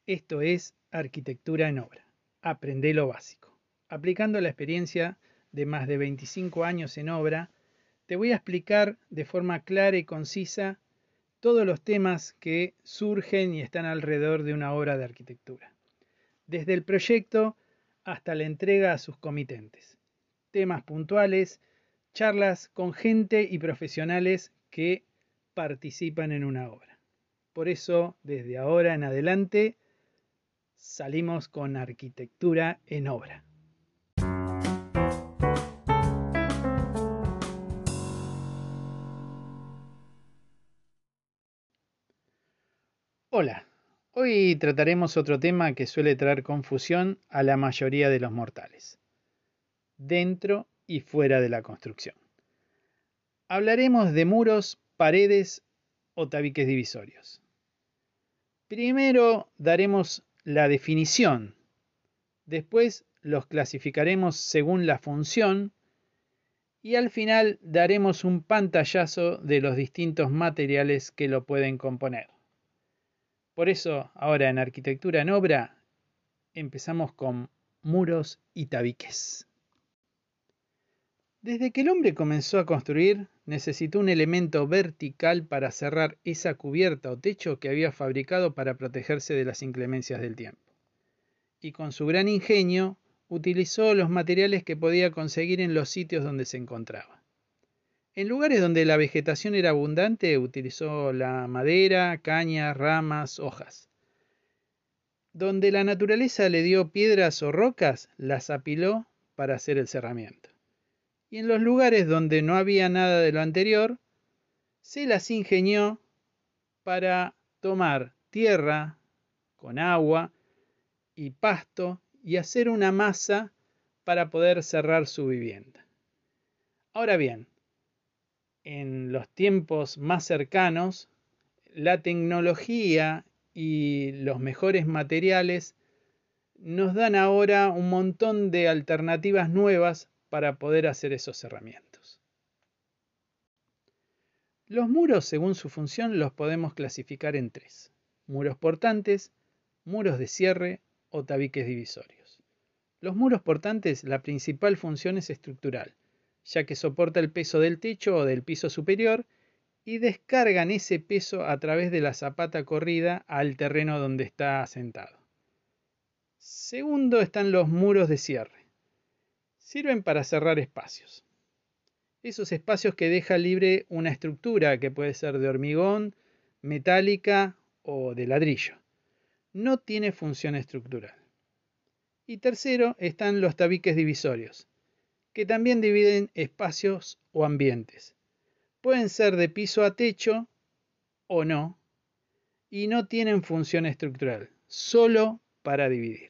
Esto es Arquitectura en Obra. Aprendé lo básico. Aplicando la experiencia de más de 25 años en obra, te voy a explicar de forma clara y concisa todos los temas que surgen y están alrededor de una obra de arquitectura. Desde el proyecto hasta la entrega a sus comitentes. Temas puntuales, charlas con gente y profesionales que participan en una obra. Por eso, desde ahora en adelante, salimos con Arquitectura en Obra. Hola, hoy trataremos otro tema que suele traer confusión a la mayoría de los mortales, dentro y fuera de la construcción. Hablaremos de muros, paredes o tabiques divisorios. Primero daremos la definición, después los clasificaremos según la función y al final daremos un pantallazo de los distintos materiales que lo pueden componer. Por eso, ahora en Arquitectura en Obra, empezamos con muros y tabiques. Desde que el hombre comenzó a construir, necesitó un elemento vertical para cerrar esa cubierta o techo que había fabricado para protegerse de las inclemencias del tiempo. Y con su gran ingenio, utilizó los materiales que podía conseguir en los sitios donde se encontraba. En lugares donde la vegetación era abundante, utilizó la madera, cañas, ramas, hojas. Donde la naturaleza le dio piedras o rocas, las apiló para hacer el cerramiento. Y en los lugares donde no había nada de lo anterior, se las ingenió para tomar tierra con agua y pasto y hacer una masa para poder cerrar su vivienda. Ahora bien, en los tiempos más cercanos, la tecnología y los mejores materiales nos dan ahora un montón de alternativas nuevas para poder hacer esos cerramientos. Los muros, según su función, los podemos clasificar en tres: muros portantes, muros de cierre o tabiques divisorios. Los muros portantes, la principal función es estructural, ya que soporta el peso del techo o del piso superior y descargan ese peso a través de la zapata corrida al terreno donde está asentado. Segundo están los muros de cierre. Sirven para cerrar espacios. Esos espacios que deja libre una estructura que puede ser de hormigón, metálica o de ladrillo. No tiene función estructural. Y tercero están los tabiques divisorios, que también dividen espacios o ambientes. Pueden ser de piso a techo o no, y no tienen función estructural, solo para dividir.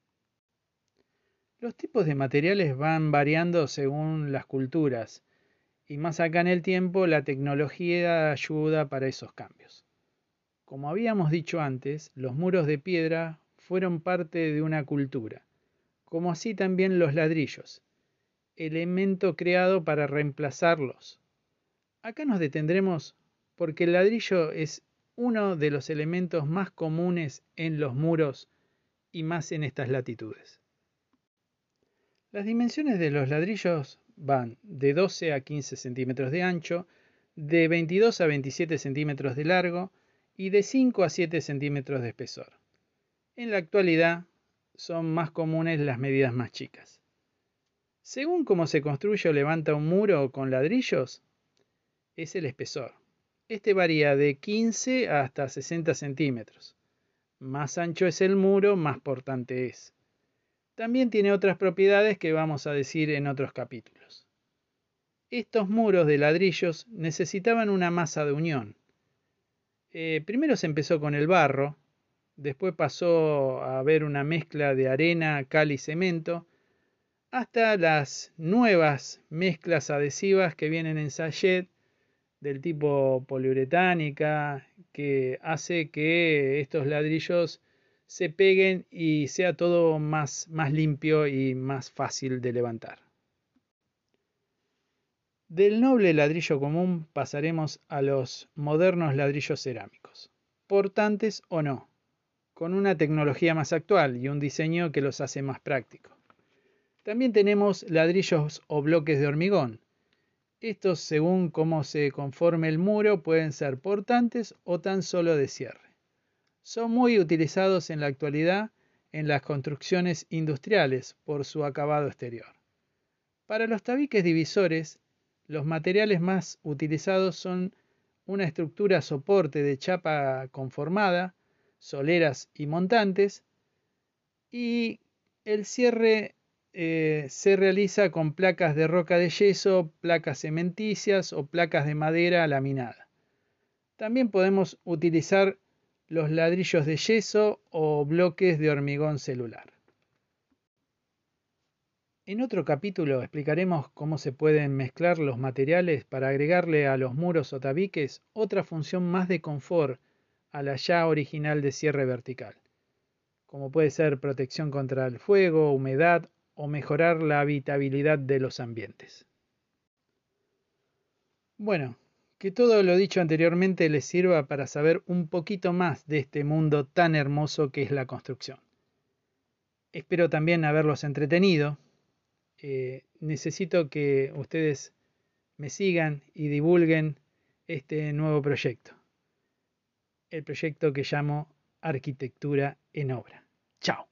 Los tipos de materiales van variando según las culturas, y más acá en el tiempo la tecnología ayuda para esos cambios. Como habíamos dicho antes, los muros de piedra fueron parte de una cultura, como así también los ladrillos, elemento creado para reemplazarlos. Acá nos detendremos porque el ladrillo es uno de los elementos más comunes en los muros y más en estas latitudes. Las dimensiones de los ladrillos van de 12 a 15 centímetros de ancho, de 22 a 27 centímetros de largo y de 5 a 7 centímetros de espesor. En la actualidad son más comunes las medidas más chicas. Según cómo se construye o levanta un muro con ladrillos, es el espesor. Este varía de 15 hasta 60 centímetros. Más ancho es el muro, más portante es. También tiene otras propiedades que vamos a decir en otros capítulos. Estos muros de ladrillos necesitaban una masa de unión. Primero se empezó con el barro, después pasó a haber una mezcla de arena, cal y cemento, hasta las nuevas mezclas adhesivas que vienen en sachet del tipo poliuretánica, que hace que estos ladrillos se peguen y sea todo más limpio y más fácil de levantar. Del noble ladrillo común pasaremos a los modernos ladrillos cerámicos, portantes o no, con una tecnología más actual y un diseño que los hace más prácticos. También tenemos ladrillos o bloques de hormigón. Estos, según cómo se conforme el muro, pueden ser portantes o tan solo de cierre. Son muy utilizados en la actualidad en las construcciones industriales por su acabado exterior. Para los tabiques divisores, los materiales más utilizados son una estructura soporte de chapa conformada, soleras y montantes, y el cierre se realiza con placas de roca de yeso, placas cementicias o placas de madera laminada. También podemos utilizar los ladrillos de yeso o bloques de hormigón celular. En otro capítulo explicaremos cómo se pueden mezclar los materiales para agregarle a los muros o tabiques otra función más de confort a la ya original de cierre vertical, como puede ser protección contra el fuego, humedad o mejorar la habitabilidad de los ambientes. Bueno, que todo lo dicho anteriormente les sirva para saber un poquito más de este mundo tan hermoso que es la construcción. Espero también haberlos entretenido. Necesito que ustedes me sigan y divulguen este nuevo proyecto. El proyecto que llamo Arquitectura en Obra. Chao.